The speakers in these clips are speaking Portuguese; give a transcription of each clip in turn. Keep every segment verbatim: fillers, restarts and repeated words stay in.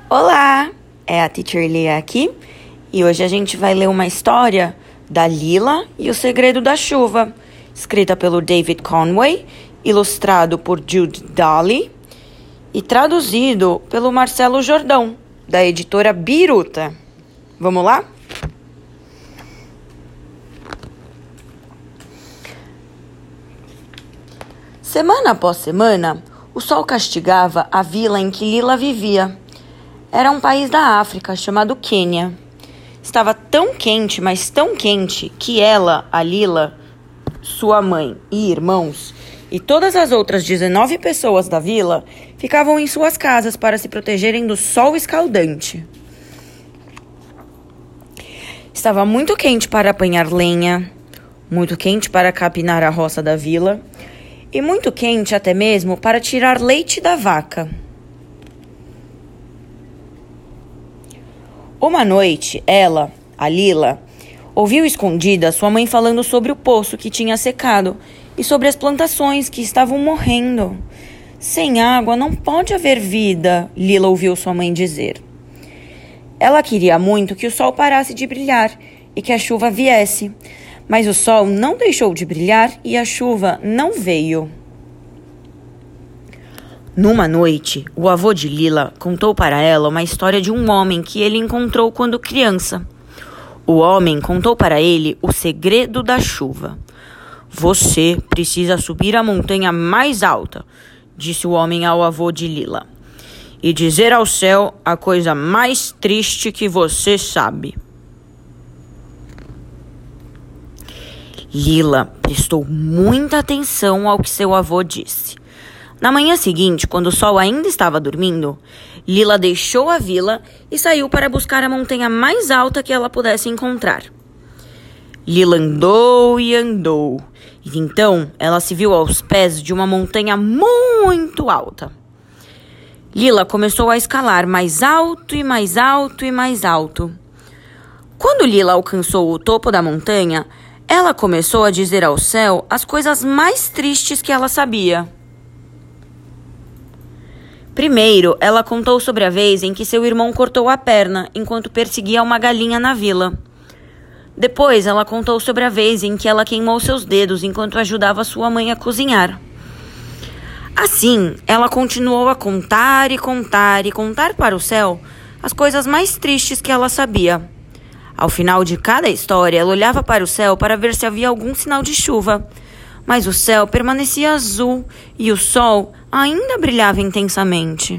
Olá, é a Teacher Lia aqui e hoje a gente vai ler uma história da Lila e o Segredo da Chuva, escrita pelo David Conway, ilustrado por Jude Daly e traduzido pelo Marcelo Jordão, da editora Biruta. Vamos lá? Semana após semana, o sol castigava a vila em que Lila vivia. Era um país da África chamado Quênia. Estava tão quente, mas tão quente, que ela, a Lila, sua mãe e irmãos, e todas as outras dezenove pessoas da vila ficavam em suas casas para se protegerem do sol escaldante. Estava muito quente para apanhar lenha, muito quente para capinar a roça da vila, e muito quente até mesmo para tirar leite da vaca. Uma noite, ela, a Lila, ouviu escondida sua mãe falando sobre o poço que tinha secado e sobre as plantações que estavam morrendo. Sem água não pode haver vida, Lila ouviu sua mãe dizer. Ela queria muito que o sol parasse de brilhar e que a chuva viesse, mas o sol não deixou de brilhar e a chuva não veio. Numa noite, o avô de Lila contou para ela uma história de um homem que ele encontrou quando criança. O homem contou para ele o segredo da chuva. Você precisa subir a montanha mais alta, disse o homem ao avô de Lila, e dizer ao céu a coisa mais triste que você sabe. Lila prestou muita atenção ao que seu avô disse. Na manhã seguinte, quando o sol ainda estava dormindo, Lila deixou a vila e saiu para buscar a montanha mais alta que ela pudesse encontrar. Lila andou e andou, e então ela se viu aos pés de uma montanha muito alta. Lila começou a escalar mais alto e mais alto e mais alto. Quando Lila alcançou o topo da montanha, ela começou a dizer ao céu as coisas mais tristes que ela sabia. Primeiro, ela contou sobre a vez em que seu irmão cortou a perna enquanto perseguia uma galinha na vila. Depois, ela contou sobre a vez em que ela queimou seus dedos enquanto ajudava sua mãe a cozinhar. Assim, ela continuou a contar e contar e contar para o céu as coisas mais tristes que ela sabia. Ao final de cada história, ela olhava para o céu para ver se havia algum sinal de chuva. Mas o céu permanecia azul e o sol ainda brilhava intensamente.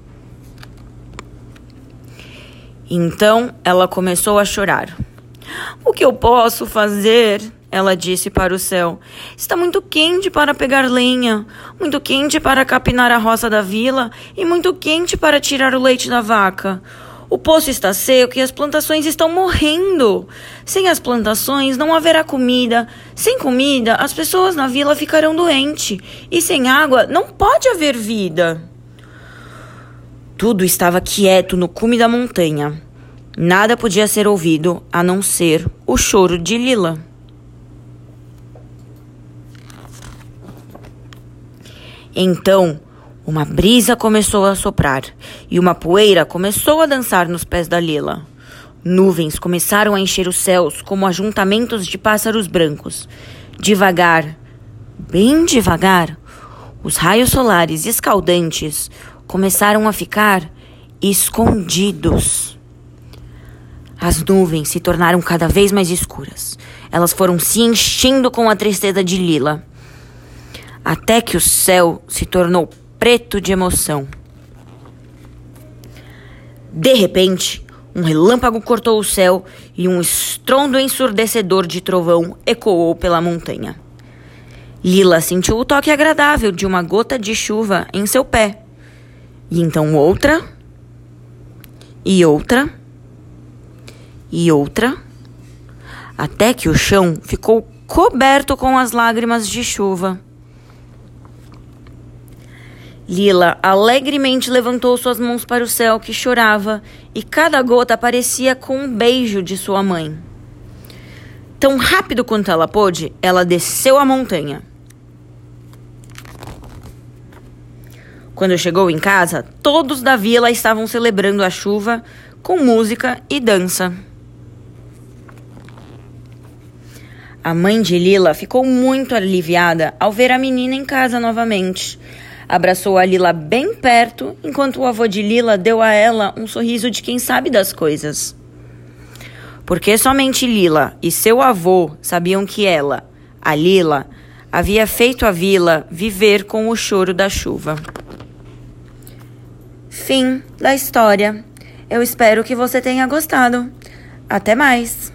Então, ela começou a chorar. O que eu posso fazer? Ela disse para o céu. Está muito quente para pegar lenha, muito quente para capinar a roça da vila e muito quente para tirar o leite da vaca. O poço está seco e as plantações estão morrendo. Sem as plantações não haverá comida. Sem comida, as pessoas na vila ficarão doentes. E sem água não pode haver vida. Tudo estava quieto no cume da montanha. Nada podia ser ouvido a não ser o choro de Lila. Então, uma brisa começou a soprar e uma poeira começou a dançar nos pés da Lila. Nuvens começaram a encher os céus como ajuntamentos de pássaros brancos. Devagar, bem devagar, os raios solares escaldantes começaram a ficar escondidos. As nuvens se tornaram cada vez mais escuras. Elas foram se enchendo com a tristeza de Lila, até que o céu se tornou preto de emoção. De repente, um relâmpago cortou o céu e um estrondo ensurdecedor de trovão ecoou pela montanha. Lila sentiu o toque agradável de uma gota de chuva em seu pé. E então outra, e outra, e outra, até que o chão ficou coberto com as lágrimas de chuva. Lila alegremente levantou suas mãos para o céu que chorava e cada gota parecia com um beijo de sua mãe. Tão rápido quanto ela pôde, ela desceu a montanha. Quando chegou em casa, todos da vila estavam celebrando a chuva com música e dança. A mãe de Lila ficou muito aliviada ao ver a menina em casa novamente. Abraçou a Lila bem perto, enquanto o avô de Lila deu a ela um sorriso de quem sabe das coisas. Porque somente Lila e seu avô sabiam que ela, a Lila, havia feito a vila viver com o choro da chuva. Fim da história. Eu espero que você tenha gostado. Até mais!